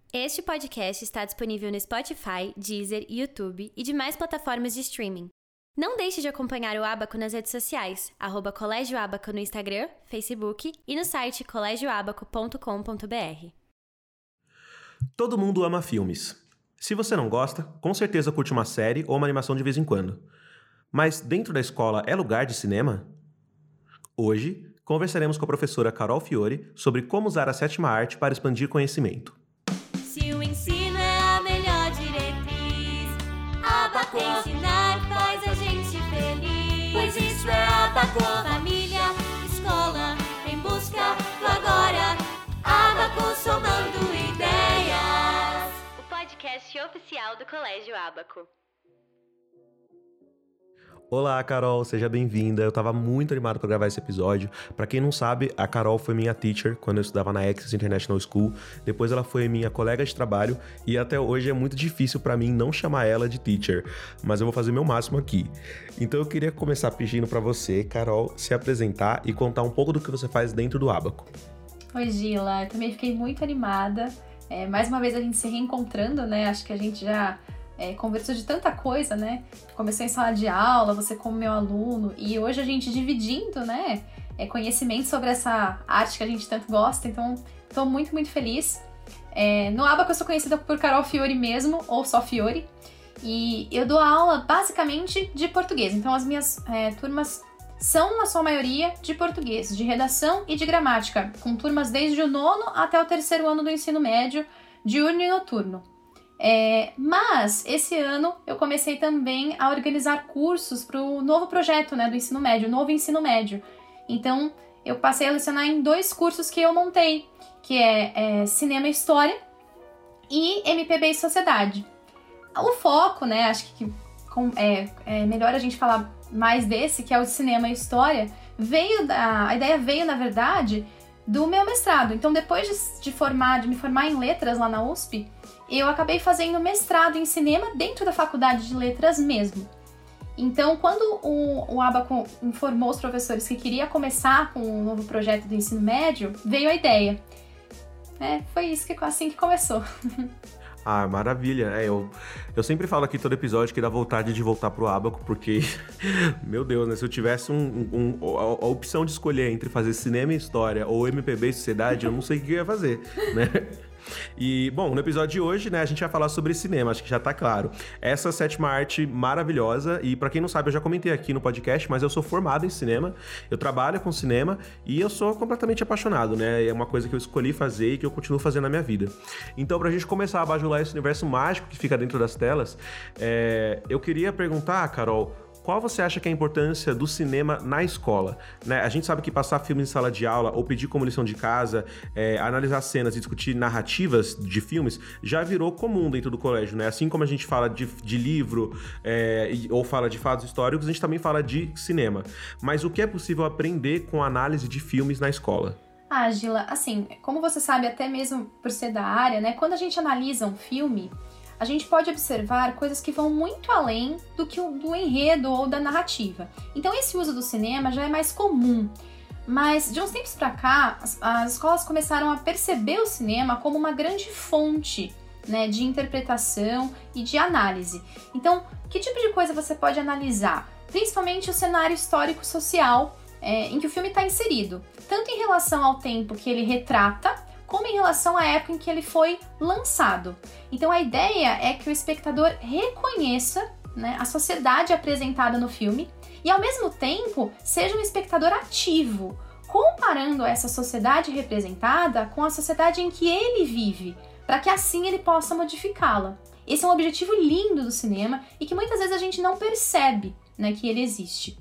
Este podcast está disponível no Spotify, Deezer, YouTube e demais plataformas de streaming. Não deixe de acompanhar o Abaco nas redes sociais, @Colégio Abaco no Instagram, Facebook e no site colégioabaco.com.br. Todo mundo ama filmes. Se você não gosta, com certeza curte uma série ou uma animação de vez em quando. Mas dentro da escola é lugar de cinema? Hoje, conversaremos com a professora Carol Fiore sobre como usar a sétima arte para expandir conhecimento. Se o ensino é a melhor diretriz, Abaco ensinar faz a gente feliz. Pois isso é Abaco. Família, escola, em busca do agora. Abaco somando ideias. O podcast oficial do Colégio Abaco. Olá, Carol, seja bem-vinda. Eu tava muito animado para gravar esse episódio. Para quem não sabe, a Carol foi minha teacher quando eu estudava na Access International School. Depois ela foi minha colega de trabalho e até hoje é muito difícil para mim não chamar ela de teacher, mas eu vou fazer meu máximo aqui. Então eu queria começar pedindo para você, Carol, se apresentar e contar um pouco do que você faz dentro do Abaco. Oi, Gila, eu também fiquei muito animada. Mais uma vez a gente se reencontrando, né? Acho que a gente já conversou de tanta coisa, né? Comecei em sala de aula, você como meu aluno, e hoje a gente dividindo, né? Conhecimento sobre essa arte que a gente tanto gosta, então tô muito, muito feliz. No Abaco eu sou conhecida por Carol Fiore mesmo, ou só Fiore, e eu dou aula basicamente de português, então as minhas turmas são, na sua maioria, de português, de redação e de gramática, com turmas desde o 9º até o 3º ano do ensino médio, diurno e noturno. Mas esse ano eu comecei também a organizar cursos para o novo projeto, né, do ensino médio, o novo ensino médio. Então eu passei a lecionar em 2 cursos que eu montei, que é Cinema e História e MPB e Sociedade. O foco, né, acho que é melhor a gente falar mais desse, que é o de Cinema e História, a ideia veio, na verdade, do meu mestrado. Então depois de me formar em letras lá na USP, eu acabei fazendo mestrado em cinema dentro da faculdade de letras mesmo. Então, quando o Abaco informou os professores que queria começar com um novo projeto do ensino médio, veio a ideia. Foi isso assim que começou. Ah, maravilha. Eu sempre falo aqui todo episódio que dá vontade de voltar pro Abaco, porque, meu Deus, né? Se eu tivesse a opção de escolher entre fazer cinema e história ou MPB e sociedade, eu não sei o que eu ia fazer, né? E, bom, no episódio de hoje, né, a gente vai falar sobre cinema, acho que já tá claro. Essa sétima arte maravilhosa, e pra quem não sabe, eu já comentei aqui no podcast, mas eu sou formado em cinema, eu trabalho com cinema e eu sou completamente apaixonado, né? É uma coisa que eu escolhi fazer e que eu continuo fazendo na minha vida. Então, pra gente começar a bajular esse universo mágico que fica dentro das telas, eu queria perguntar, Carol, qual você acha que é a importância do cinema na escola? Né? A gente sabe que passar filmes em sala de aula ou pedir como lição de casa, analisar cenas e discutir narrativas de filmes já virou comum dentro do colégio, né? Assim como a gente fala de livro ou fala de fatos históricos, a gente também fala de cinema. Mas o que é possível aprender com a análise de filmes na escola? Ah, Gila, assim, como você sabe, até mesmo por ser da área, né? Quando a gente analisa um filme, a gente pode observar coisas que vão muito além do enredo ou da narrativa. Então esse uso do cinema já é mais comum. Mas de uns tempos pra cá, as escolas começaram a perceber o cinema como uma grande fonte, né, de interpretação e de análise. Então, que tipo de coisa você pode analisar? Principalmente o cenário histórico-social em que o filme está inserido. Tanto em relação ao tempo que ele retrata, como em relação à época em que ele foi lançado. Então a ideia é que o espectador reconheça, né, a sociedade apresentada no filme e ao mesmo tempo seja um espectador ativo, comparando essa sociedade representada com a sociedade em que ele vive, para que assim ele possa modificá-la. Esse é um objetivo lindo do cinema e que muitas vezes a gente não percebe, né, que ele existe.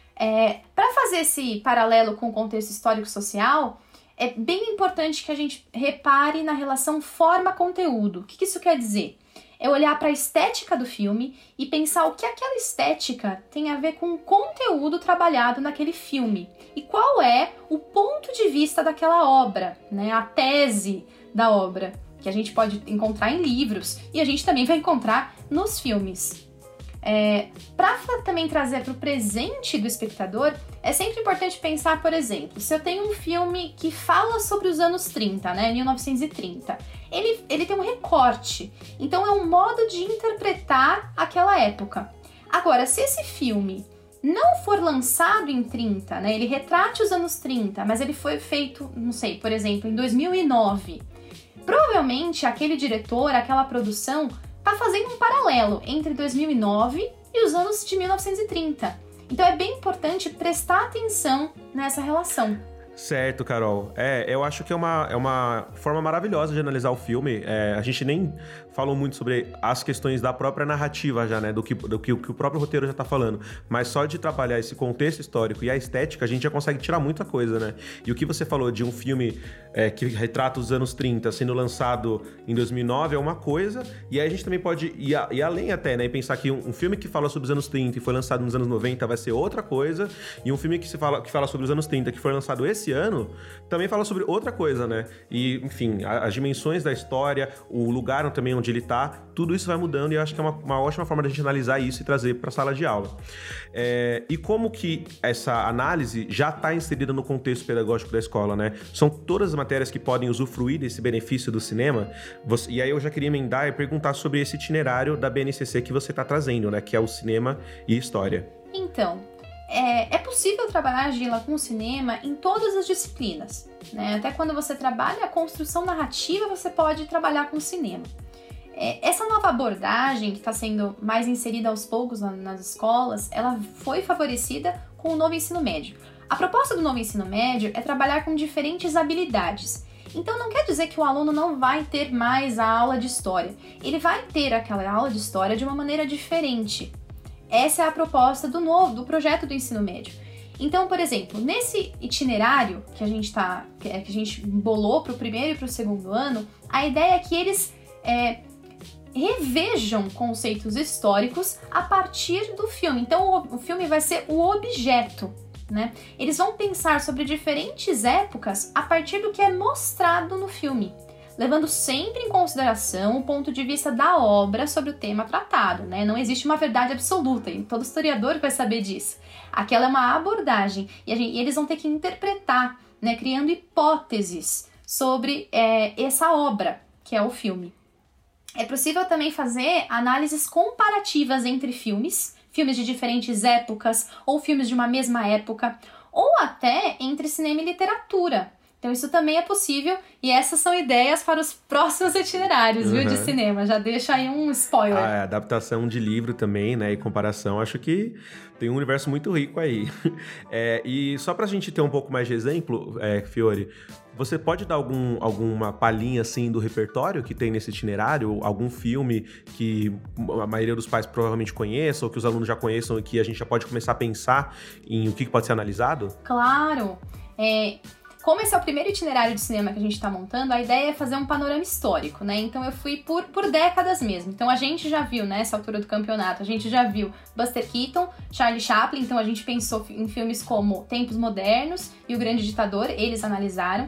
Para fazer esse paralelo com o contexto histórico-social, é bem importante que a gente repare na relação forma-conteúdo. O que isso quer dizer? É olhar para a estética do filme e pensar o que aquela estética tem a ver com o conteúdo trabalhado naquele filme. E qual é o ponto de vista daquela obra, né? A tese da obra, que a gente pode encontrar em livros e a gente também vai encontrar nos filmes. Para também trazer para o presente do espectador, é sempre importante pensar, por exemplo, se eu tenho um filme que fala sobre os anos 30, né, 1930, ele tem um recorte, então é um modo de interpretar aquela época. Agora, se esse filme não for lançado em 30, né, ele retrate os anos 30, mas ele foi feito, não sei, por exemplo, em 2009, provavelmente aquele diretor, aquela produção, tá fazendo um paralelo entre 2009 e os anos de 1930. Então é bem importante prestar atenção nessa relação. Certo, Carol. Eu acho que é uma forma maravilhosa de analisar o filme. A gente nem falou muito sobre as questões da própria narrativa já, né? Do que o próprio roteiro já tá falando. Mas só de trabalhar esse contexto histórico e a estética, a gente já consegue tirar muita coisa, né? E o que você falou de um filme que retrata os anos 30 sendo lançado em 2009 é uma coisa, e aí a gente também pode ir além até, né? E pensar que um filme que fala sobre os anos 30 e foi lançado nos anos 90 vai ser outra coisa, e um filme que fala sobre os anos 30 que foi lançado esse ano também fala sobre outra coisa, né? E, enfim, as dimensões da história, o lugar também onde ele tá, tudo isso vai mudando, e eu acho que é uma ótima forma de a gente analisar isso e trazer para a sala de aula. E como que essa análise já está inserida no contexto pedagógico da escola, né? São todas as matérias que podem usufruir desse benefício do cinema. E aí eu já queria emendar e perguntar sobre esse itinerário da BNCC que você está trazendo, né? Que é o cinema e história. Então, é possível trabalhar, Gila, com o cinema em todas as disciplinas, né? Até quando você trabalha a construção narrativa, você pode trabalhar com o cinema. Essa nova abordagem que está sendo mais inserida aos poucos nas escolas, ela foi favorecida com o novo ensino médio. A proposta do novo ensino médio é trabalhar com diferentes habilidades. Então não quer dizer que o aluno não vai ter mais a aula de história. Ele vai ter aquela aula de história de uma maneira diferente. Essa é a proposta do projeto do ensino médio. Então, por exemplo, nesse itinerário que a gente bolou para o primeiro e para o segundo ano, a ideia é que eles revejam conceitos históricos a partir do filme. Então, o filme vai ser o objeto, né? Eles vão pensar sobre diferentes épocas a partir do que é mostrado no filme, levando sempre em consideração o ponto de vista da obra sobre o tema tratado, né? Não existe uma verdade absoluta, e todo historiador vai saber disso. Aquela é uma abordagem, e eles vão ter que interpretar, né? Criando hipóteses sobre essa obra, que é o filme. É possível também fazer análises comparativas entre filmes de diferentes épocas, ou filmes de uma mesma época, ou até entre cinema e literatura. Então isso também é possível, e essas são ideias para os próximos itinerários, viu, de cinema. Já deixa aí um spoiler. Adaptação de livro também, né, e comparação, acho que tem um universo muito rico aí. E só pra gente ter um pouco mais de exemplo, Fiore, você pode dar alguma palhinha, assim, do repertório que tem nesse itinerário? Algum filme que a maioria dos pais provavelmente conheça, ou que os alunos já conheçam, e que a gente já pode começar a pensar em o que pode ser analisado? Claro! Como esse é o primeiro itinerário de cinema que a gente está montando, a ideia é fazer um panorama histórico, né? Então eu fui por décadas mesmo. Então a gente já viu, nessa altura do campeonato, a gente já viu Buster Keaton, Charlie Chaplin, então a gente pensou em filmes como Tempos Modernos e O Grande Ditador, eles analisaram.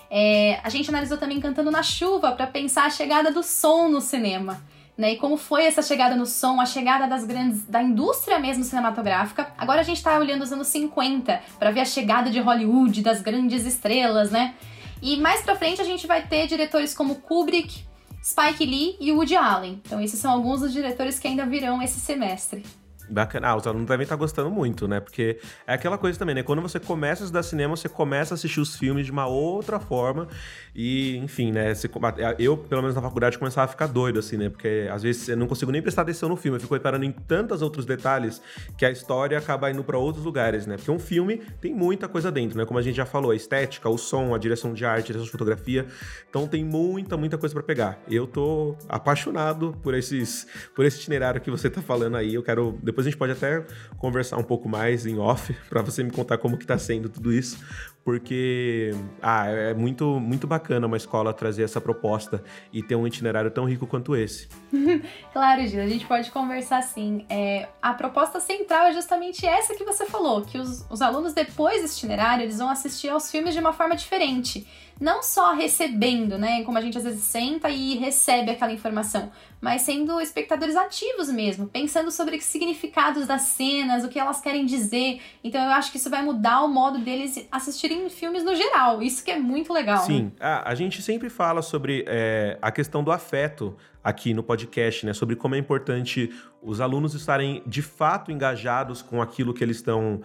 A gente analisou também Cantando na Chuva, para pensar a chegada do som no cinema, né? E como foi essa chegada no som, a chegada da indústria mesmo cinematográfica. Agora a gente tá olhando os anos 50 para ver a chegada de Hollywood, das grandes estrelas, né? E mais pra frente a gente vai ter diretores como Kubrick, Spike Lee e Woody Allen. Então esses são alguns dos diretores que ainda virão esse semestre. Bacana. Os alunos devem estar gostando muito, né? Porque é aquela coisa também, né? Quando você começa a estudar cinema, você começa a assistir os filmes de uma outra forma. E, enfim, né? Eu, pelo menos na faculdade, começava a ficar doido, assim, né? Porque às vezes eu não consigo nem prestar atenção no filme. Eu fico reparando em tantos outros detalhes que a história acaba indo para outros lugares, né? Porque um filme tem muita coisa dentro, né? Como a gente já falou, a estética, o som, a direção de arte, a direção de fotografia. Então tem muita coisa para pegar. Eu tô apaixonado por esse itinerário que você tá falando aí. Depois a gente pode até conversar um pouco mais em off, para você me contar como que tá sendo tudo isso, porque é muito bacana uma escola trazer essa proposta e ter um itinerário tão rico quanto esse. Claro, Gil, a gente pode conversar sim. A proposta central é justamente essa que você falou, que os alunos, depois desse itinerário, eles vão assistir aos filmes de uma forma diferente. não só recebendo, né, como a gente às vezes senta e recebe aquela informação, mas sendo espectadores ativos mesmo, pensando sobre os significados das cenas, o que elas querem dizer. Então eu acho que isso vai mudar o modo deles assistirem filmes no geral, isso que é muito legal. Sim, né? a gente sempre fala sobre a questão do afeto aqui no podcast, né? Sobre como é importante os alunos estarem de fato engajados com aquilo que eles estão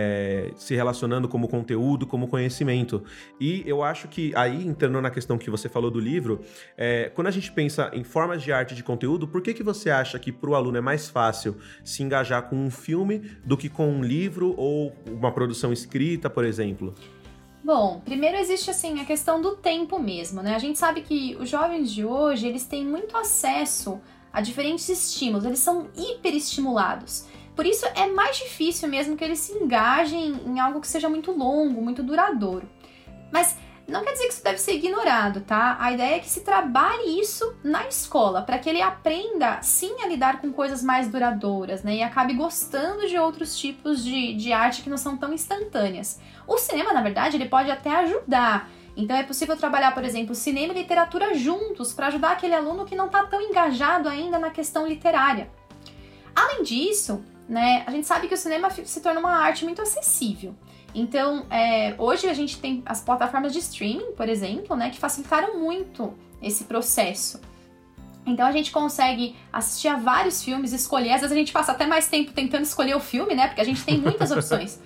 se relacionando como conteúdo, como conhecimento. E eu acho que aí, entrando na questão que você falou do livro, quando a gente pensa em formas de arte de conteúdo, por que você acha que para o aluno é mais fácil se engajar com um filme do que com um livro ou uma produção escrita, por exemplo? Bom, primeiro existe assim a questão do tempo mesmo, né? A gente sabe que os jovens de hoje, eles têm muito acesso a diferentes estímulos, eles são hiperestimulados. Por isso é mais difícil mesmo que eles se engajem em algo que seja muito longo, muito duradouro. Mas não quer dizer que isso deve ser ignorado, tá? A ideia é que se trabalhe isso na escola, para que ele aprenda, sim, a lidar com coisas mais duradouras, né? E acabe gostando de outros tipos de arte que não são tão instantâneas. O cinema, na verdade, ele pode até ajudar. Então é possível trabalhar, por exemplo, cinema e literatura juntos, para ajudar aquele aluno que não está tão engajado ainda na questão literária. Além disso, né, a gente sabe que o cinema se torna uma arte muito acessível. Então, hoje a gente tem as plataformas de streaming, por exemplo, né, que facilitaram muito esse processo. Então a gente consegue assistir a vários filmes, escolher, às vezes a gente passa até mais tempo tentando escolher o filme, né, porque a gente tem muitas opções.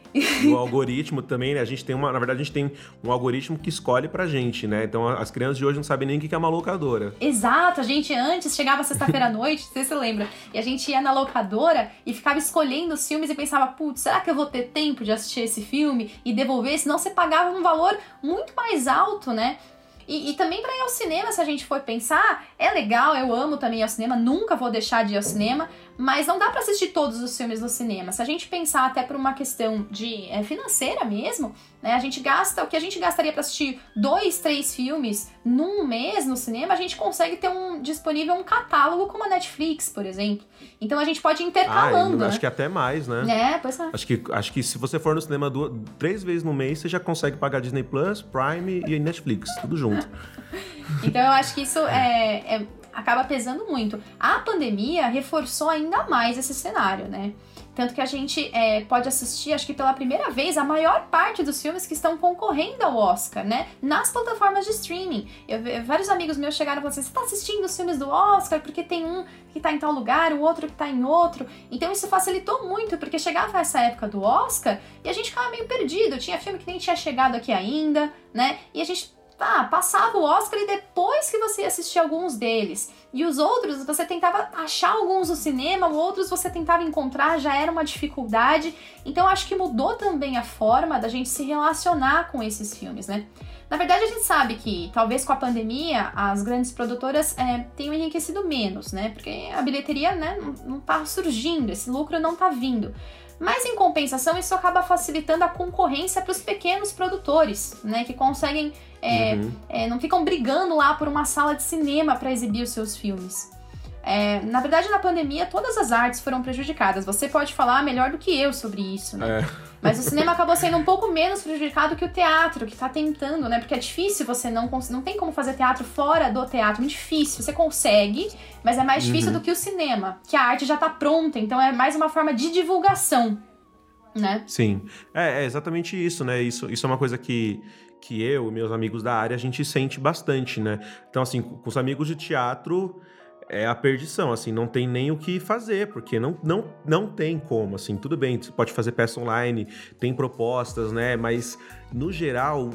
O algoritmo também, né? Na verdade, a gente tem um algoritmo que escolhe pra gente, né? Então, as crianças de hoje não sabem nem o que é uma locadora. Exato, a gente antes chegava sexta-feira à noite, não sei se você lembra, e a gente ia na locadora e ficava escolhendo os filmes e pensava, putz, será que eu vou ter tempo de assistir esse filme e devolver? Senão você pagava um valor muito mais alto, né? E também para ir ao cinema, se a gente for pensar, é legal, eu amo também ir ao cinema, nunca vou deixar de ir ao cinema, mas não dá para assistir todos os filmes no cinema. Se a gente pensar até por uma questão de financeira mesmo, né, a gente gasta, o que a gente gastaria para assistir 2, 3 filmes num mês no cinema, a gente consegue ter disponível um catálogo como a Netflix, por exemplo. Então a gente pode ir intercalando, acho né? que até mais, né? Pois é. Acho que se você for no cinema 3 vezes no mês, você já consegue pagar Disney Plus, Prime e Netflix, tudo junto. Então eu acho que isso acaba pesando muito. A pandemia reforçou ainda mais esse cenário, né? Tanto que a gente pode assistir, acho que pela primeira vez, a maior parte dos filmes que estão concorrendo ao Oscar, né? Nas plataformas de streaming. Vários amigos meus chegaram e falaram assim, você tá assistindo os filmes do Oscar porque tem um que tá em tal lugar, o outro que tá em outro. Então isso facilitou muito, porque chegava essa época do Oscar e a gente ficava meio perdido. Tinha filme que nem tinha chegado aqui ainda, né? E a gente passava o Oscar e depois que você ia assistir alguns deles. E os outros, você tentava achar alguns no cinema, outros você tentava encontrar, já era uma dificuldade. Então acho que mudou também a forma da gente se relacionar com esses filmes, né? Na verdade, a gente sabe que, talvez com a pandemia, as grandes produtoras tenham enriquecido menos, né? Porque a bilheteria, né, não tá surgindo, esse lucro não tá vindo. Mas, em compensação, isso acaba facilitando a concorrência para os pequenos produtores, né? Que conseguem... não ficam brigando lá por uma sala de cinema para exibir os seus filmes. Na verdade, na pandemia, todas as artes foram prejudicadas. Você pode falar melhor do que eu sobre isso, né? Mas o cinema acabou sendo um pouco menos prejudicado que o teatro, que tá tentando, né? Porque é difícil, você não tem como fazer teatro fora do teatro, muito difícil. Você consegue, mas é mais difícil do que o cinema, que a arte já tá pronta, então é mais uma forma de divulgação, né? Sim, é exatamente isso, né? Isso é uma coisa que eu e meus amigos da área, a gente sente bastante, né? Então, assim, com os amigos de teatro... é a perdição, assim, não tem nem o que fazer, porque não tem como, assim, tudo bem, você pode fazer peça online, tem propostas, né, mas no geral,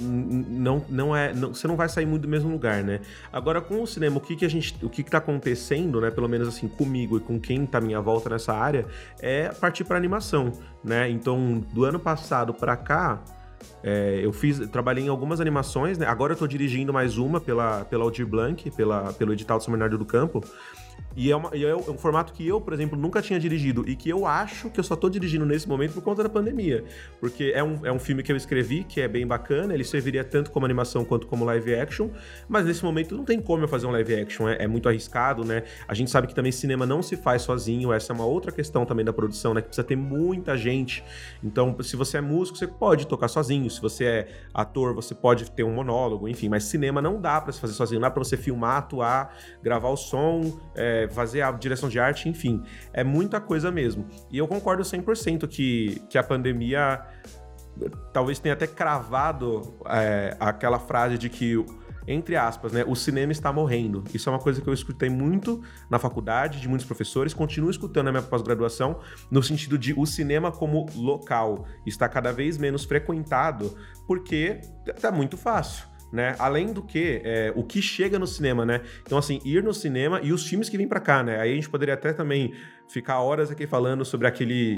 você não vai sair muito do mesmo lugar, né. Agora, com o cinema, o que tá acontecendo, né, pelo menos assim, comigo e com quem tá à minha volta nessa área, é partir pra animação, né, então, do ano passado pra cá, eu trabalhei em algumas animações, né? Agora eu tô dirigindo mais uma pela Aldir Blanc, pelo edital de São Bernardo do Campo, E é um formato que eu, por exemplo, nunca tinha dirigido e que eu acho que eu só tô dirigindo nesse momento por conta da pandemia. Porque é um filme que eu escrevi, que é bem bacana, ele serviria tanto como animação quanto como live action, mas nesse momento não tem como eu fazer um live action, é muito arriscado, né? A gente sabe que também cinema não se faz sozinho, essa é uma outra questão também da produção, né? Que precisa ter muita gente. Então, se você é músico, você pode tocar sozinho, se você é ator, você pode ter um monólogo, enfim, mas cinema não dá pra se fazer sozinho, não dá pra você filmar, atuar, gravar o som, fazer a direção de arte, enfim, é muita coisa mesmo. E eu concordo 100% que a pandemia talvez tenha até cravado aquela frase de que, entre aspas, né, o cinema está morrendo. Isso é uma coisa que eu escutei muito na faculdade, de muitos professores, continuo escutando na minha pós-graduação, no sentido de o cinema como local está cada vez menos frequentado, porque tá muito fácil. Né? Além do que, o que chega no cinema, né? Então, assim, ir no cinema e os filmes que vêm pra cá, né? Aí a gente poderia até também ficar horas aqui falando sobre aquele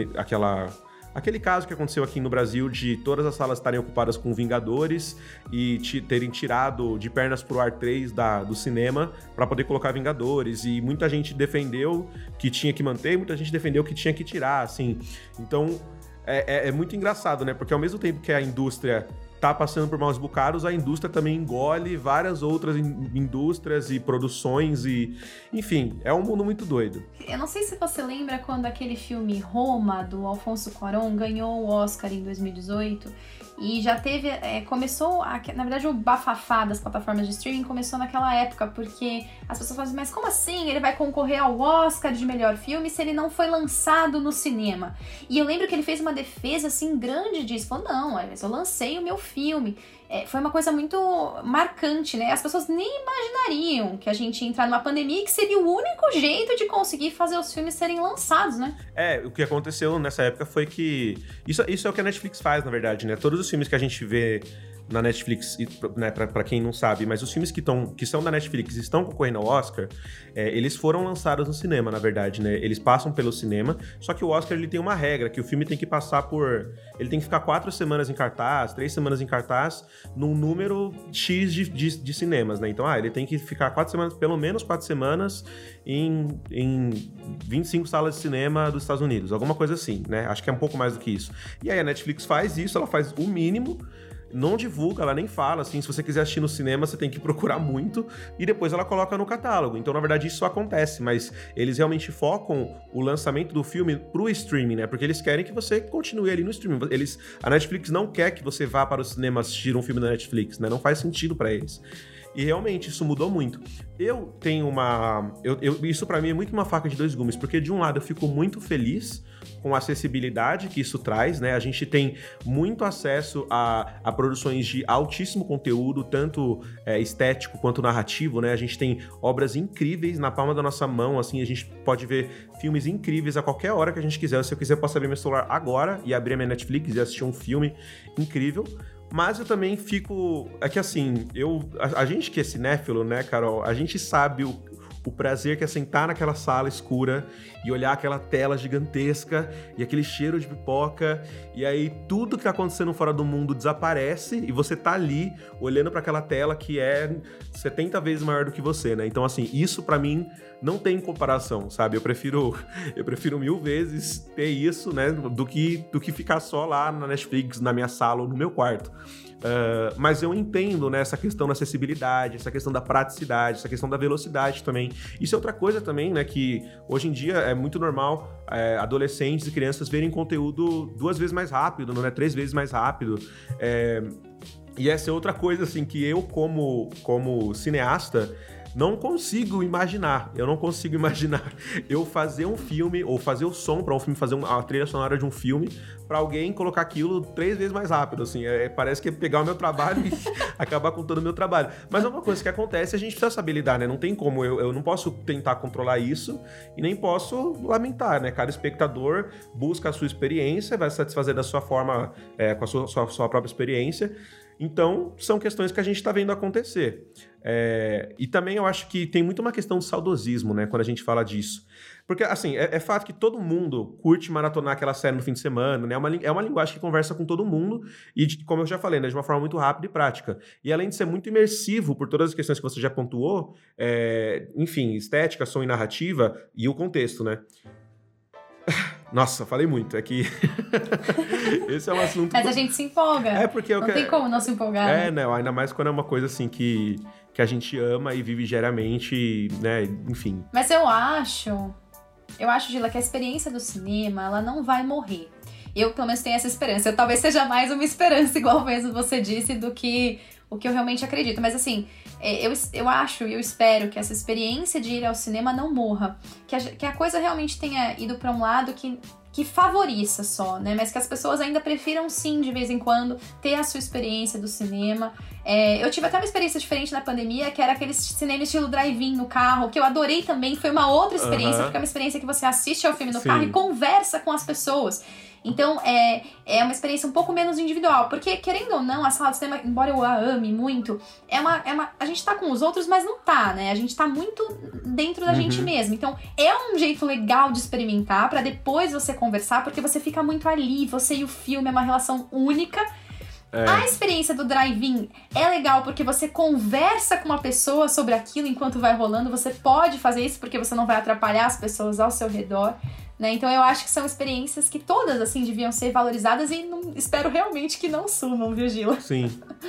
caso que aconteceu aqui no Brasil de todas as salas estarem ocupadas com Vingadores e terem tirado de pernas pro ar 3 do cinema para poder colocar Vingadores, e muita gente defendeu que tinha que manter, muita gente defendeu que tinha que tirar, assim. Então, é muito engraçado, né? Porque ao mesmo tempo que a indústria tá passando por maus bocados, a indústria também engole várias outras indústrias e produções e... Enfim, é um mundo muito doido. Eu não sei se você lembra quando aquele filme Roma, do Alfonso Cuarón, ganhou o Oscar em 2018 e já teve... começou... na verdade, o bafafá das plataformas de streaming começou naquela época, porque as pessoas falam assim, mas como assim? Ele vai concorrer ao Oscar de melhor filme se ele não foi lançado no cinema? E eu lembro que ele fez uma defesa, assim, grande disso. Falou, não, eu lancei o meu filme. Foi uma coisa muito marcante, né? As pessoas nem imaginariam que a gente ia entrar numa pandemia e que seria o único jeito de conseguir fazer os filmes serem lançados, né? O que aconteceu nessa época foi que... Isso é o que a Netflix faz, na verdade, né? Todos os filmes que a gente vê na Netflix, né, pra quem não sabe, mas os filmes que são da Netflix e estão concorrendo ao Oscar, eles foram lançados no cinema, na verdade, né? Eles passam pelo cinema, só que o Oscar, ele tem uma regra, que o filme tem que passar ele tem que ficar 4 semanas em cartaz, 3 semanas em cartaz, num número X de cinemas, né? Então, ele tem que ficar 4 semanas, pelo menos 4 semanas, em 25 salas de cinema dos Estados Unidos, alguma coisa assim, né? Acho que é um pouco mais do que isso. E aí a Netflix faz isso, ela faz o mínimo, não divulga, ela nem fala, assim, se você quiser assistir no cinema, você tem que procurar muito, e depois ela coloca no catálogo. Então, na verdade, isso acontece, mas eles realmente focam o lançamento do filme pro streaming, né? Porque eles querem que você continue ali no streaming. A Netflix não quer que você vá para o cinema assistir um filme da Netflix, né? Não faz sentido para eles. E realmente, isso mudou muito. Eu tenho isso pra mim é muito uma faca de dois gumes, porque de um lado eu fico muito feliz com a acessibilidade que isso traz, né? A gente tem muito acesso a produções de altíssimo conteúdo, tanto estético quanto narrativo, né? A gente tem obras incríveis na palma da nossa mão, assim, a gente pode ver filmes incríveis a qualquer hora que a gente quiser. Se eu quiser, eu posso abrir meu celular agora e abrir a minha Netflix e assistir um filme incrível. Mas eu também fico... É que assim, a gente que é cinéfilo, né, Carol? A gente sabe o prazer que é sentar naquela sala escura e olhar aquela tela gigantesca e aquele cheiro de pipoca, e aí tudo que tá acontecendo fora do mundo desaparece e você tá ali olhando para aquela tela que é 70 vezes maior do que você, né? Então, assim, isso pra mim não tem comparação, sabe? Eu prefiro 1000 vezes ter isso, né, do que ficar só lá na Netflix, na minha sala ou no meu quarto. Mas eu entendo, né, essa questão da acessibilidade, essa questão da praticidade, essa questão da velocidade também. Isso é outra coisa também, né, que hoje em dia é muito normal adolescentes e crianças verem conteúdo 2 vezes mais rápido, né, 3 vezes mais rápido. E essa é outra coisa, assim, que eu, como cineasta, não consigo imaginar. Eu não consigo imaginar eu fazer um filme, ou fazer o som para um filme, fazer a trilha sonora de um filme, para alguém colocar aquilo 3 vezes mais rápido, assim. Parece que é pegar o meu trabalho e acabar com todo o meu trabalho. Mas é uma coisa que acontece, a gente precisa saber lidar, né? Não tem como, eu não posso tentar controlar isso e nem posso lamentar, né? Cada espectador busca a sua experiência, vai satisfazer da sua forma, com a sua própria experiência. Então, são questões que a gente está vendo acontecer. E também eu acho que tem muito uma questão de saudosismo, né, quando a gente fala disso. Porque, assim, é fato que todo mundo curte maratonar aquela série no fim de semana, né? É uma linguagem que conversa com todo mundo e, como eu já falei, né, de uma forma muito rápida e prática. E além de ser muito imersivo por todas as questões que você já pontuou, enfim, estética, som e narrativa e o contexto, né? Nossa, falei muito. É que esse é um assunto... Mas a gente se empolga. Porque não tem como não se empolgar. Né? Não, ainda mais quando é uma coisa assim que a gente ama e vive diariamente, né? Enfim. Mas eu acho, Gila, que a experiência do cinema, ela não vai morrer. Eu, pelo menos, tenho essa esperança. Talvez seja mais uma esperança, igual mesmo você disse, do que o que eu realmente acredito. Mas, assim, eu acho e eu espero que essa experiência de ir ao cinema não morra. Que a coisa realmente tenha ido para um lado que favoriça só, né? Mas que as pessoas ainda prefiram, sim, de vez em quando, ter a sua experiência do cinema. Eu tive até uma experiência diferente na pandemia, que era aquele cinema estilo drive-in no carro, que eu adorei também. Foi uma outra experiência, porque é uma experiência que você assiste ao filme no carro e conversa com as pessoas. Então, é uma experiência um pouco menos individual. Porque, querendo ou não, a sala de cinema, embora eu a ame muito, a gente tá com os outros, mas não tá, né? A gente tá muito dentro da gente mesmo. Então, é um jeito legal de experimentar pra depois você conversar, porque você fica muito ali, você e o filme, é uma relação única. A experiência do drive-in é legal porque você conversa com uma pessoa sobre aquilo enquanto vai rolando. Você pode fazer isso porque você não vai atrapalhar as pessoas ao seu redor. Né? Então eu acho que são experiências que todas, assim, deviam ser valorizadas e espero realmente que não sumam, viu, Gila? Sim.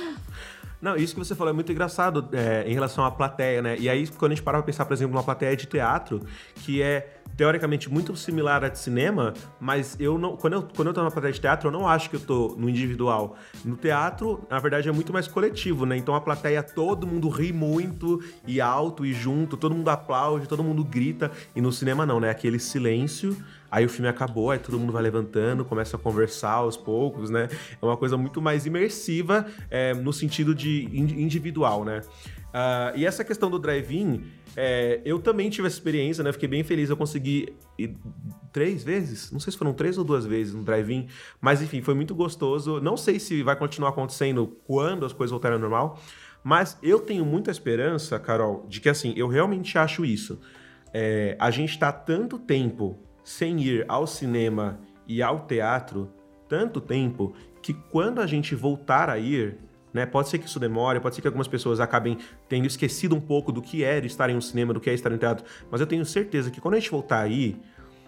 Não, isso que você falou é muito engraçado em relação à plateia, né? E aí, quando a gente para pra pensar, por exemplo, numa plateia de teatro, que é teoricamente muito similar à de cinema, mas quando eu tô numa plateia de teatro, eu não acho que eu tô no individual. No teatro, na verdade, é muito mais coletivo, né? Então a plateia, todo mundo ri muito e alto e junto, todo mundo aplaude, todo mundo grita. E no cinema não, né? Aquele silêncio, aí o filme acabou, aí todo mundo vai levantando, começa a conversar aos poucos, né? É uma coisa muito mais imersiva no sentido de individual, né? E essa questão do drive-in, eu também tive essa experiência, né? Fiquei bem feliz, eu consegui ir 3 vezes, não sei se foram 3 ou 2 vezes no drive-in, mas enfim, foi muito gostoso. Não sei se vai continuar acontecendo quando as coisas voltarem ao normal, mas eu tenho muita esperança, Carol, de que assim, eu realmente acho isso. A gente tá tanto tempo sem ir ao cinema e ao teatro, tanto tempo, que quando a gente voltar a ir, né, pode ser que isso demore, pode ser que algumas pessoas acabem tendo esquecido um pouco do que é estar em um cinema, do que é estar em teatro, mas eu tenho certeza que quando a gente voltar aí,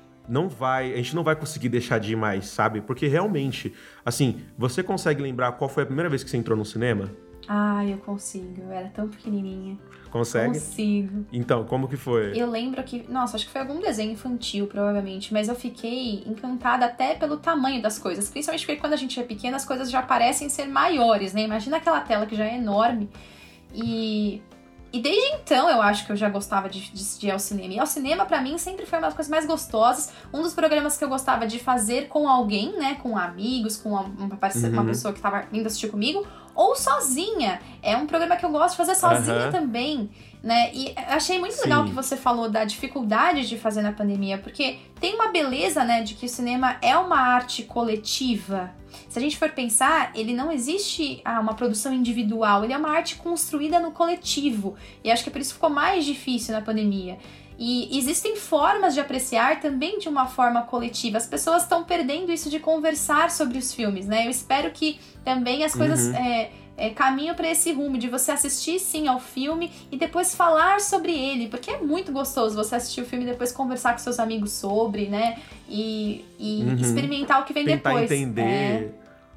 a gente não vai conseguir deixar de ir mais, sabe? Porque realmente, assim, você consegue lembrar qual foi a primeira vez que você entrou no cinema? Eu consigo, eu era tão pequenininha. Consegue? Consigo. Então, como que foi? Eu lembro que, acho que foi algum desenho infantil, provavelmente, mas eu fiquei encantada até pelo tamanho das coisas, principalmente porque quando a gente é pequena as coisas já parecem ser maiores, né? Imagina aquela tela que já é enorme e desde então eu acho que eu já gostava de ir ao cinema. E ao cinema, pra mim, sempre foi uma das coisas mais gostosas. Um dos programas que eu gostava de fazer com alguém, né? Com amigos, com uma pessoa que tava vindo assistir comigo, ou sozinha. É um programa que eu gosto de fazer sozinha também, né? E achei muito legal que você falou da dificuldade de fazer na pandemia, porque tem uma beleza, né, de que o cinema é uma arte coletiva. Se a gente for pensar, ele não existe uma produção individual, ele é uma arte construída no coletivo. E acho que por isso ficou mais difícil na pandemia. E existem formas de apreciar também de uma forma coletiva. As pessoas estão perdendo isso de conversar sobre os filmes, né? Eu espero que também as coisas caminham para esse rumo, de você assistir sim ao filme e depois falar sobre ele, porque é muito gostoso você assistir o filme e depois conversar com seus amigos sobre, né? E experimentar o que vem tentar depois. Entender.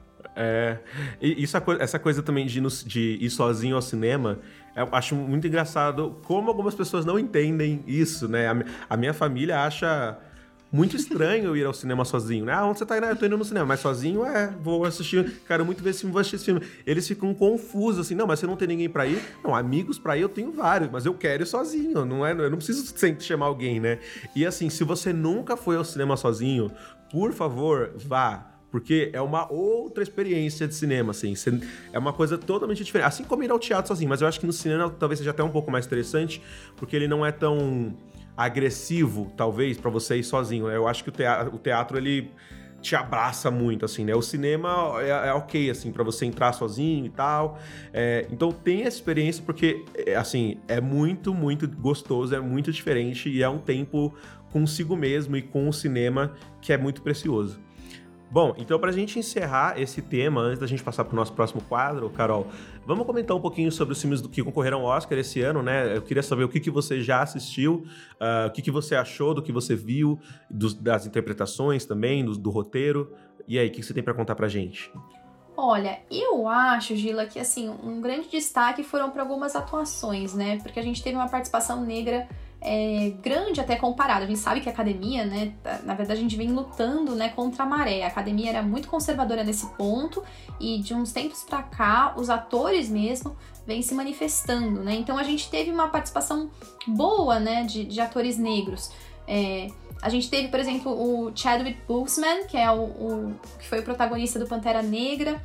E essa coisa também de ir sozinho ao cinema, eu acho muito engraçado como algumas pessoas não entendem isso, né? A minha família acha muito estranho eu ir ao cinema sozinho, né? Onde você tá indo? Eu tô indo no cinema, mas sozinho vou assistir, quero muito ver esse filme, vou assistir esse filme. Eles ficam confusos, assim, não, mas você não tem ninguém pra ir? Não, amigos pra ir eu tenho vários, mas eu quero ir sozinho, eu não preciso sempre chamar alguém, né? E assim, se você nunca foi ao cinema sozinho, por favor, vá. Porque é uma outra experiência de cinema, assim. É uma coisa totalmente diferente. Assim como ir ao teatro sozinho. Mas eu acho que no cinema talvez seja até um pouco mais interessante, porque ele não é tão agressivo, talvez, pra você ir sozinho. Eu acho que o teatro, ele te abraça muito, assim, né? O cinema é ok, assim, pra você entrar sozinho e tal. Então tem essa experiência porque, assim, é muito, muito gostoso, é muito diferente e é um tempo consigo mesmo e com o cinema que é muito precioso. Bom, então pra gente encerrar esse tema, antes da gente passar pro nosso próximo quadro, Carol, vamos comentar um pouquinho sobre os filmes que concorreram ao Oscar esse ano, né? Eu queria saber o que você já assistiu, o que você achou do que você viu, das interpretações também, do roteiro. E aí, o que você tem pra contar pra gente? Olha, eu acho, Gila, que assim, um grande destaque foram para algumas atuações, né? Porque a gente teve uma participação negra grande até comparado. A gente sabe que a academia, né, na verdade a gente vem lutando, né, contra a maré. A academia era muito conservadora nesse ponto e de uns tempos pra cá, os atores mesmo vêm se manifestando, né? Então a gente teve uma participação boa, né, de atores negros. A gente teve, por exemplo, o Chadwick Boseman, que é que foi o protagonista do Pantera Negra,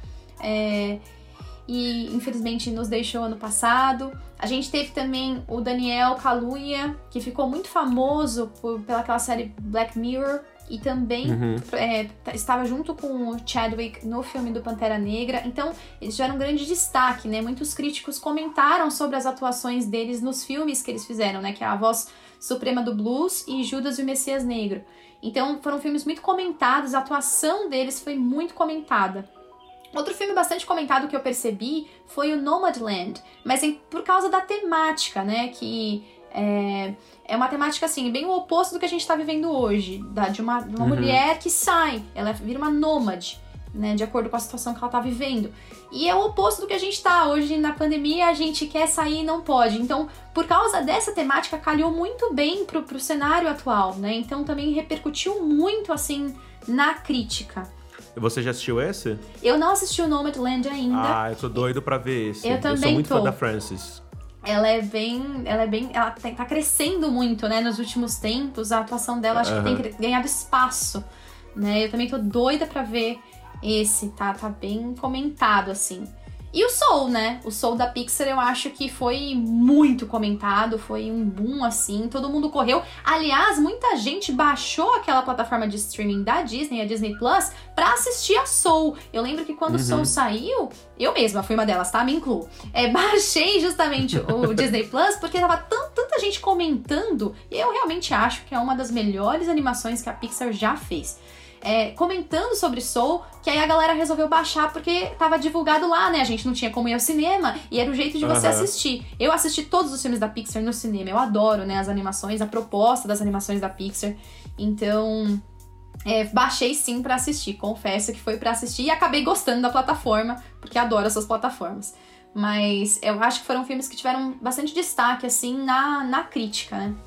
e infelizmente nos deixou ano passado. A gente teve também o Daniel Kaluuya, que ficou muito famoso pelaquela série Black Mirror, e também estava junto com o Chadwick no filme do Pantera Negra. Então, eles tiveram um grande destaque, né? Muitos críticos comentaram sobre as atuações deles nos filmes que eles fizeram, né? Que é A Voz Suprema do Blues e Judas e o Messias Negro. Então, foram filmes muito comentados, a atuação deles foi muito comentada. Outro filme bastante comentado que eu percebi foi o Nomadland, mas por causa da temática, né, que é uma temática, assim, bem o oposto do que a gente está vivendo hoje, de uma mulher que sai, ela vira uma nômade, né, de acordo com a situação que ela está vivendo. E é o oposto do que a gente está hoje na pandemia, a gente quer sair e não pode. Então, por causa dessa temática, calhou muito bem pro cenário atual, né, então também repercutiu muito, assim, na crítica. Você já assistiu esse? Eu não assisti o Nomadland ainda. Eu tô doido pra ver esse. Eu também sou muito fã da Frances. Ela tá crescendo muito, né, nos últimos tempos. A atuação dela acho que tem ganhado espaço, né? Eu também tô doida pra ver esse, tá bem comentado, assim. E o Soul, né? O Soul da Pixar eu acho que foi muito comentado, foi um boom, assim, todo mundo correu. Aliás, muita gente baixou aquela plataforma de streaming da Disney, a Disney Plus, pra assistir a Soul. Eu lembro que quando o Soul saiu, eu mesma fui uma delas, tá? Me incluo. Baixei justamente o Disney Plus porque tava tanta gente comentando, e eu realmente acho que é uma das melhores animações que a Pixar já fez. Comentando sobre Soul, que aí a galera resolveu baixar porque tava divulgado lá, né? A gente não tinha como ir ao cinema e era o jeito de você assistir. Eu assisti todos os filmes da Pixar no cinema, eu adoro, né, as animações, a proposta das animações da Pixar. Então, baixei sim pra assistir, confesso que foi pra assistir e acabei gostando da plataforma, porque adoro essas plataformas. Mas eu acho que foram filmes que tiveram bastante destaque, assim, na crítica, né?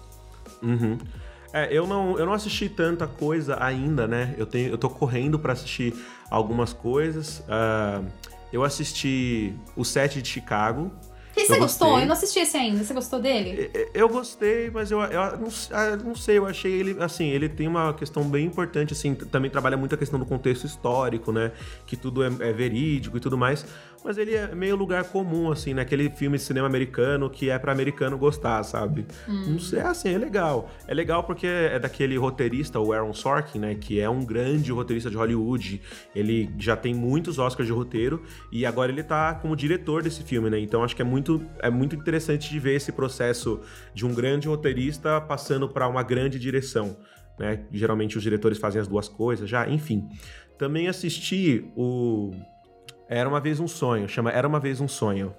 Eu não assisti tanta coisa ainda, né? Eu tô correndo pra assistir algumas coisas. Eu assisti o Set de Chicago. E você gostou? Eu não assisti esse ainda. Você gostou dele? Eu gostei, mas eu não sei, eu achei ele, assim, ele tem uma questão bem importante, assim, também trabalha muito a questão do contexto histórico, né? Que tudo é verídico e tudo mais. Mas ele é meio lugar comum, assim, né? Aquele filme de cinema americano que é pra americano gostar, sabe? Não sei, assim, é legal. É legal porque é daquele roteirista, o Aaron Sorkin, né? Que é um grande roteirista de Hollywood. Ele já tem muitos Oscars de roteiro e agora ele tá como diretor desse filme, né? Então acho que é muito interessante de ver esse processo de um grande roteirista passando pra uma grande direção, né? Geralmente os diretores fazem as duas coisas já, enfim. Também assisti o... Era Uma Vez um Sonho, chama Era Uma Vez um Sonho.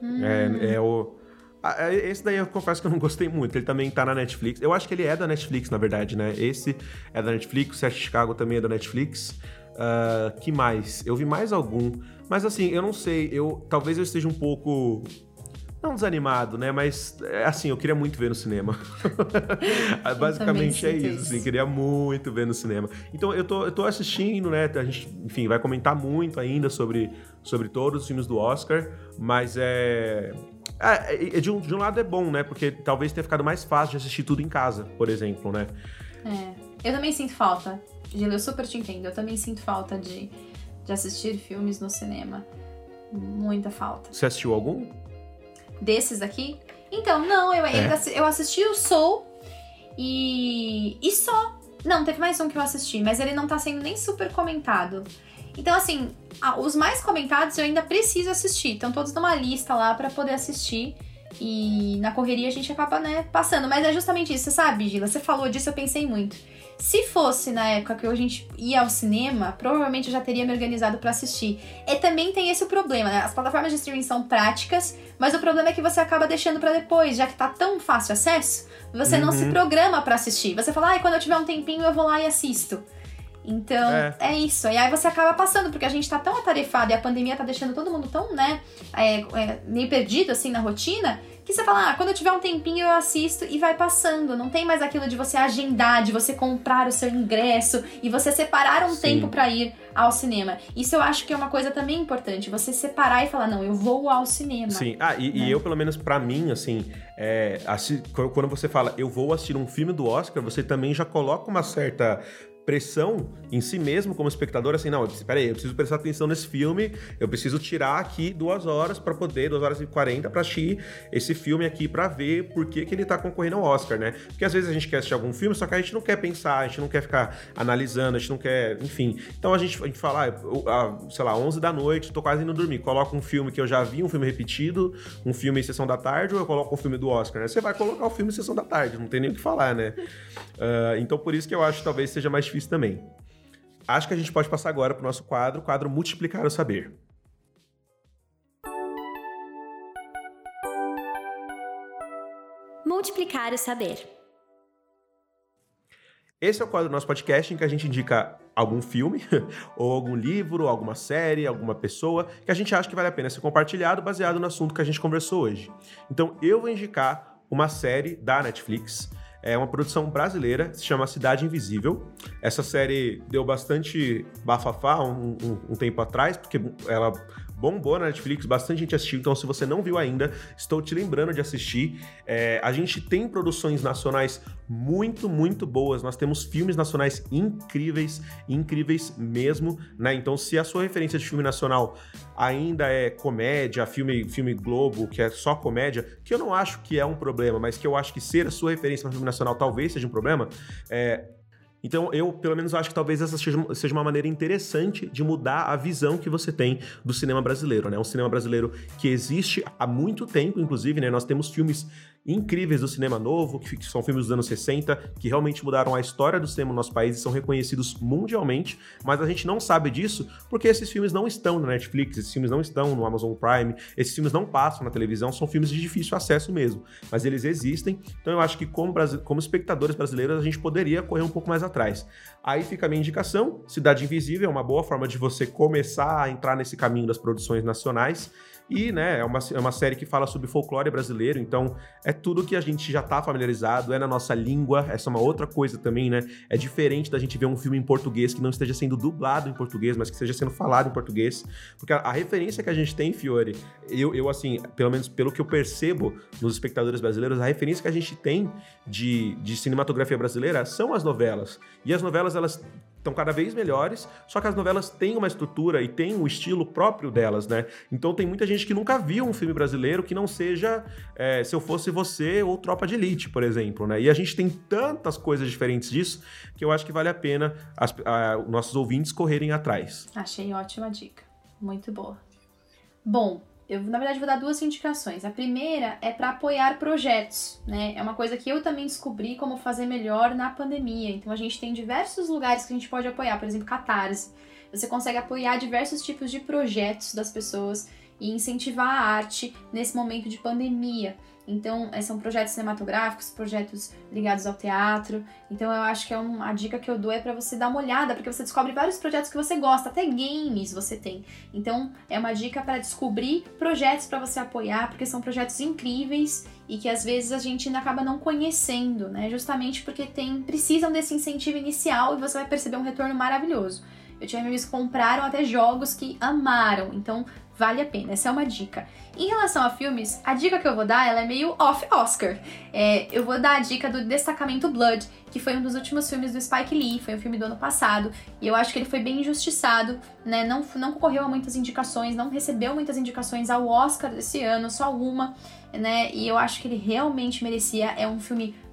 Esse daí eu confesso que eu não gostei muito, ele também tá na Netflix. Eu acho que ele é da Netflix, na verdade, né? Esse é da Netflix, o Set de Chicago também é da Netflix. Que mais? Eu vi mais algum, mas assim, eu não sei, talvez eu esteja um pouco... Não desanimado, né? Mas, assim, eu queria muito ver no cinema. Basicamente é isso, assim, queria muito ver no cinema. Então, eu tô assistindo, né? A gente, enfim, vai comentar muito ainda sobre todos os filmes do Oscar, mas de um lado é bom, né? Porque talvez tenha ficado mais fácil de assistir tudo em casa, por exemplo, né? Eu também sinto falta, Gila, eu super te entendo. Eu também sinto falta de assistir filmes no cinema. Muita falta. Você assistiu algum? Desses aqui? Então, não, eu assisti o Soul e só. Não, teve mais um que eu assisti, mas ele não tá sendo nem super comentado. Então, assim, os mais comentados eu ainda preciso assistir. Estão todos numa lista lá pra poder assistir. E na correria a gente acaba, né, passando. Mas é justamente isso, você sabe, Gila? Você falou disso, eu pensei muito. Se fosse na época que a gente ia ao cinema, provavelmente eu já teria me organizado pra assistir. E também tem esse problema, né? As plataformas de streaming são práticas, mas o problema é que você acaba deixando pra depois, já que tá tão fácil acesso, você não se programa pra assistir. Você fala, quando eu tiver um tempinho eu vou lá e assisto. Então, é isso. E aí você acaba passando, porque a gente tá tão atarefado e a pandemia tá deixando todo mundo tão, né, meio perdido, assim, na rotina, que você fala, quando eu tiver um tempinho eu assisto e vai passando. Não tem mais aquilo de você agendar, de você comprar o seu ingresso e você separar um tempo pra ir ao cinema. Isso eu acho que é uma coisa também importante, você separar e falar, não, eu vou ao cinema. Sim, e eu, pelo menos pra mim, assim, quando você fala, eu vou assistir um filme do Oscar, você também já coloca uma certa pressão em si mesmo como espectador, assim, não, peraí, eu preciso prestar atenção nesse filme, eu preciso tirar aqui 2 horas pra poder, 2 horas e 40 pra assistir esse filme aqui pra ver por que ele tá concorrendo ao Oscar, né? Porque às vezes a gente quer assistir algum filme, só que a gente não quer pensar, a gente não quer ficar analisando, a gente não quer, enfim. Então a gente fala, sei lá, 11 da noite, tô quase indo dormir, coloco um filme que eu já vi, um filme repetido, um filme em Sessão da Tarde, ou eu coloco um filme do Oscar, né? Você vai colocar o filme em Sessão da Tarde, não tem nem o que falar, né? Então por isso que eu acho que talvez seja mais difícil também. Acho que a gente pode passar agora para o nosso quadro Multiplicar o Saber. Multiplicar o Saber. Esse é o quadro do nosso podcast em que a gente indica algum filme, ou algum livro, alguma série, alguma pessoa que a gente acha que vale a pena ser compartilhado baseado no assunto que a gente conversou hoje. Então eu vou indicar uma série da Netflix. É uma produção brasileira, se chama Cidade Invisível. Essa série deu bastante bafafá um tempo atrás, porque ela bombou na Netflix, bastante gente assistiu, então se você não viu ainda, estou te lembrando de assistir. A gente tem produções nacionais muito, muito boas, nós temos filmes nacionais incríveis, incríveis mesmo, né? Então se a sua referência de filme nacional ainda é comédia, filme Globo, que é só comédia, que eu não acho que é um problema, mas que eu acho que ser a sua referência para filme nacional talvez seja um problema, então, eu, pelo menos, acho que talvez essa seja uma maneira interessante de mudar a visão que você tem do cinema brasileiro, né? Um cinema brasileiro que existe há muito tempo, inclusive, né? Nós temos filmes incríveis do cinema novo, que são filmes dos anos 60, que realmente mudaram a história do cinema no nosso país e são reconhecidos mundialmente, mas a gente não sabe disso porque esses filmes não estão na Netflix, esses filmes não estão no Amazon Prime, esses filmes não passam na televisão, são filmes de difícil acesso mesmo, mas eles existem, então eu acho que como espectadores brasileiros a gente poderia correr um pouco mais atrás. Aí fica a minha indicação, Cidade Invisível é uma boa forma de você começar a entrar nesse caminho das produções nacionais. E, né, é uma série que fala sobre folclore brasileiro, então é tudo que a gente já tá familiarizado, é na nossa língua, essa é uma outra coisa também, né? É diferente da gente ver um filme em português que não esteja sendo dublado em português, mas que esteja sendo falado em português. Porque a referência que a gente tem, Fiore, eu assim, pelo menos pelo que eu percebo nos espectadores brasileiros, a referência que a gente tem de cinematografia brasileira são as novelas. E as novelas, elas estão cada vez melhores, só que as novelas têm uma estrutura e têm um estilo próprio delas, né? Então tem muita gente que nunca viu um filme brasileiro que não seja Se Eu Fosse Você ou Tropa de Elite, por exemplo, né? E a gente tem tantas coisas diferentes disso que eu acho que vale a pena nossos ouvintes correrem atrás. Achei ótima dica, muito boa. Bom, eu, na verdade, vou dar 2 indicações. A primeira é para apoiar projetos, né? É uma coisa que eu também descobri como fazer melhor na pandemia. Então, a gente tem diversos lugares que a gente pode apoiar. Por exemplo, Catarse. Você consegue apoiar diversos tipos de projetos das pessoas e incentivar a arte nesse momento de pandemia. Então, são projetos cinematográficos, projetos ligados ao teatro. Então, eu acho que a dica que eu dou é para você dar uma olhada, porque você descobre vários projetos que você gosta, até games você tem. Então, é uma dica para descobrir projetos para você apoiar, porque são projetos incríveis e que às vezes a gente ainda acaba não conhecendo, né? Justamente porque precisam desse incentivo inicial e você vai perceber um retorno maravilhoso. Eu tinha amigos que compraram até jogos que amaram, então vale a pena, essa é uma dica. Em relação a filmes, a dica que eu vou dar, ela é meio off-Oscar. Eu vou dar a dica do Destacamento Blood, que foi um dos últimos filmes do Spike Lee, foi um filme do ano passado, e eu acho que ele foi bem injustiçado, né? Não concorreu a muitas indicações, não recebeu muitas indicações ao Oscar desse ano, só uma, né? E eu acho que ele realmente merecia, é um filme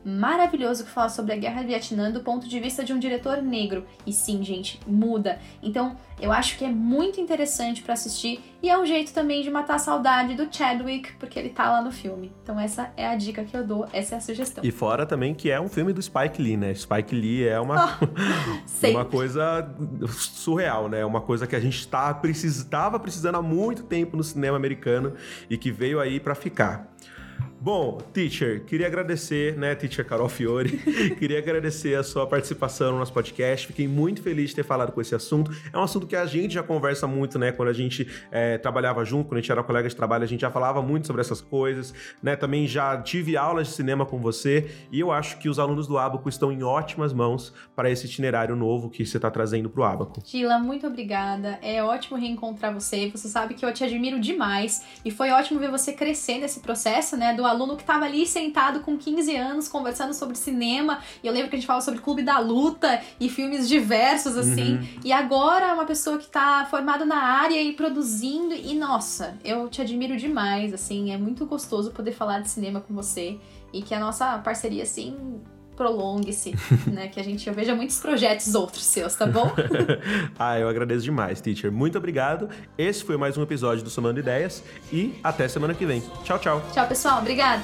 maravilhoso que fala sobre a Guerra do Vietnã do ponto de vista de um diretor negro. E sim, gente, muda. Então, eu acho que é muito interessante pra assistir e é um jeito também de matar a saudade do Chadwick, porque ele tá lá no filme. Então essa é a dica que eu dou, essa é a sugestão. E fora também que é um filme do Spike Lee, né? Spike Lee é uma coisa surreal, né? Uma coisa que a gente tava precisando há muito tempo no cinema americano e que veio aí pra ficar. Bom, Teacher, queria agradecer, né, Teacher Carol Fiore, queria agradecer a sua participação no nosso podcast, fiquei muito feliz de ter falado com esse assunto, é um assunto que a gente já conversa muito, né, quando a gente trabalhava junto, quando a gente era colega de trabalho, a gente já falava muito sobre essas coisas, né, também já tive aulas de cinema com você, e eu acho que os alunos do Abaco estão em ótimas mãos para esse itinerário novo que você está trazendo para o Abaco. Gila, muito obrigada, é ótimo reencontrar você sabe que eu te admiro demais, e foi ótimo ver você crescer nesse processo, né, do aluno que estava ali sentado com 15 anos conversando sobre cinema, e eu lembro que a gente falava sobre Clube da Luta e filmes diversos, assim, e agora uma pessoa que tá formada na área e produzindo, e nossa, eu te admiro demais, assim, é muito gostoso poder falar de cinema com você, e que a nossa parceria, assim, prolongue-se, né, que eu veja muitos projetos outros seus, tá bom? Eu agradeço demais, Teacher. Muito obrigado. Esse foi mais um episódio do Somando Ideias e até semana que vem. Tchau, tchau. Tchau, pessoal. Obrigada.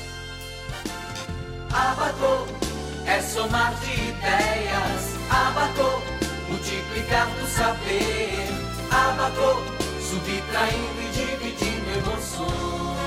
Abaco é somar de ideias. Abaco, multiplicar do saber. Abaco, subtraindo e dividindo emoções.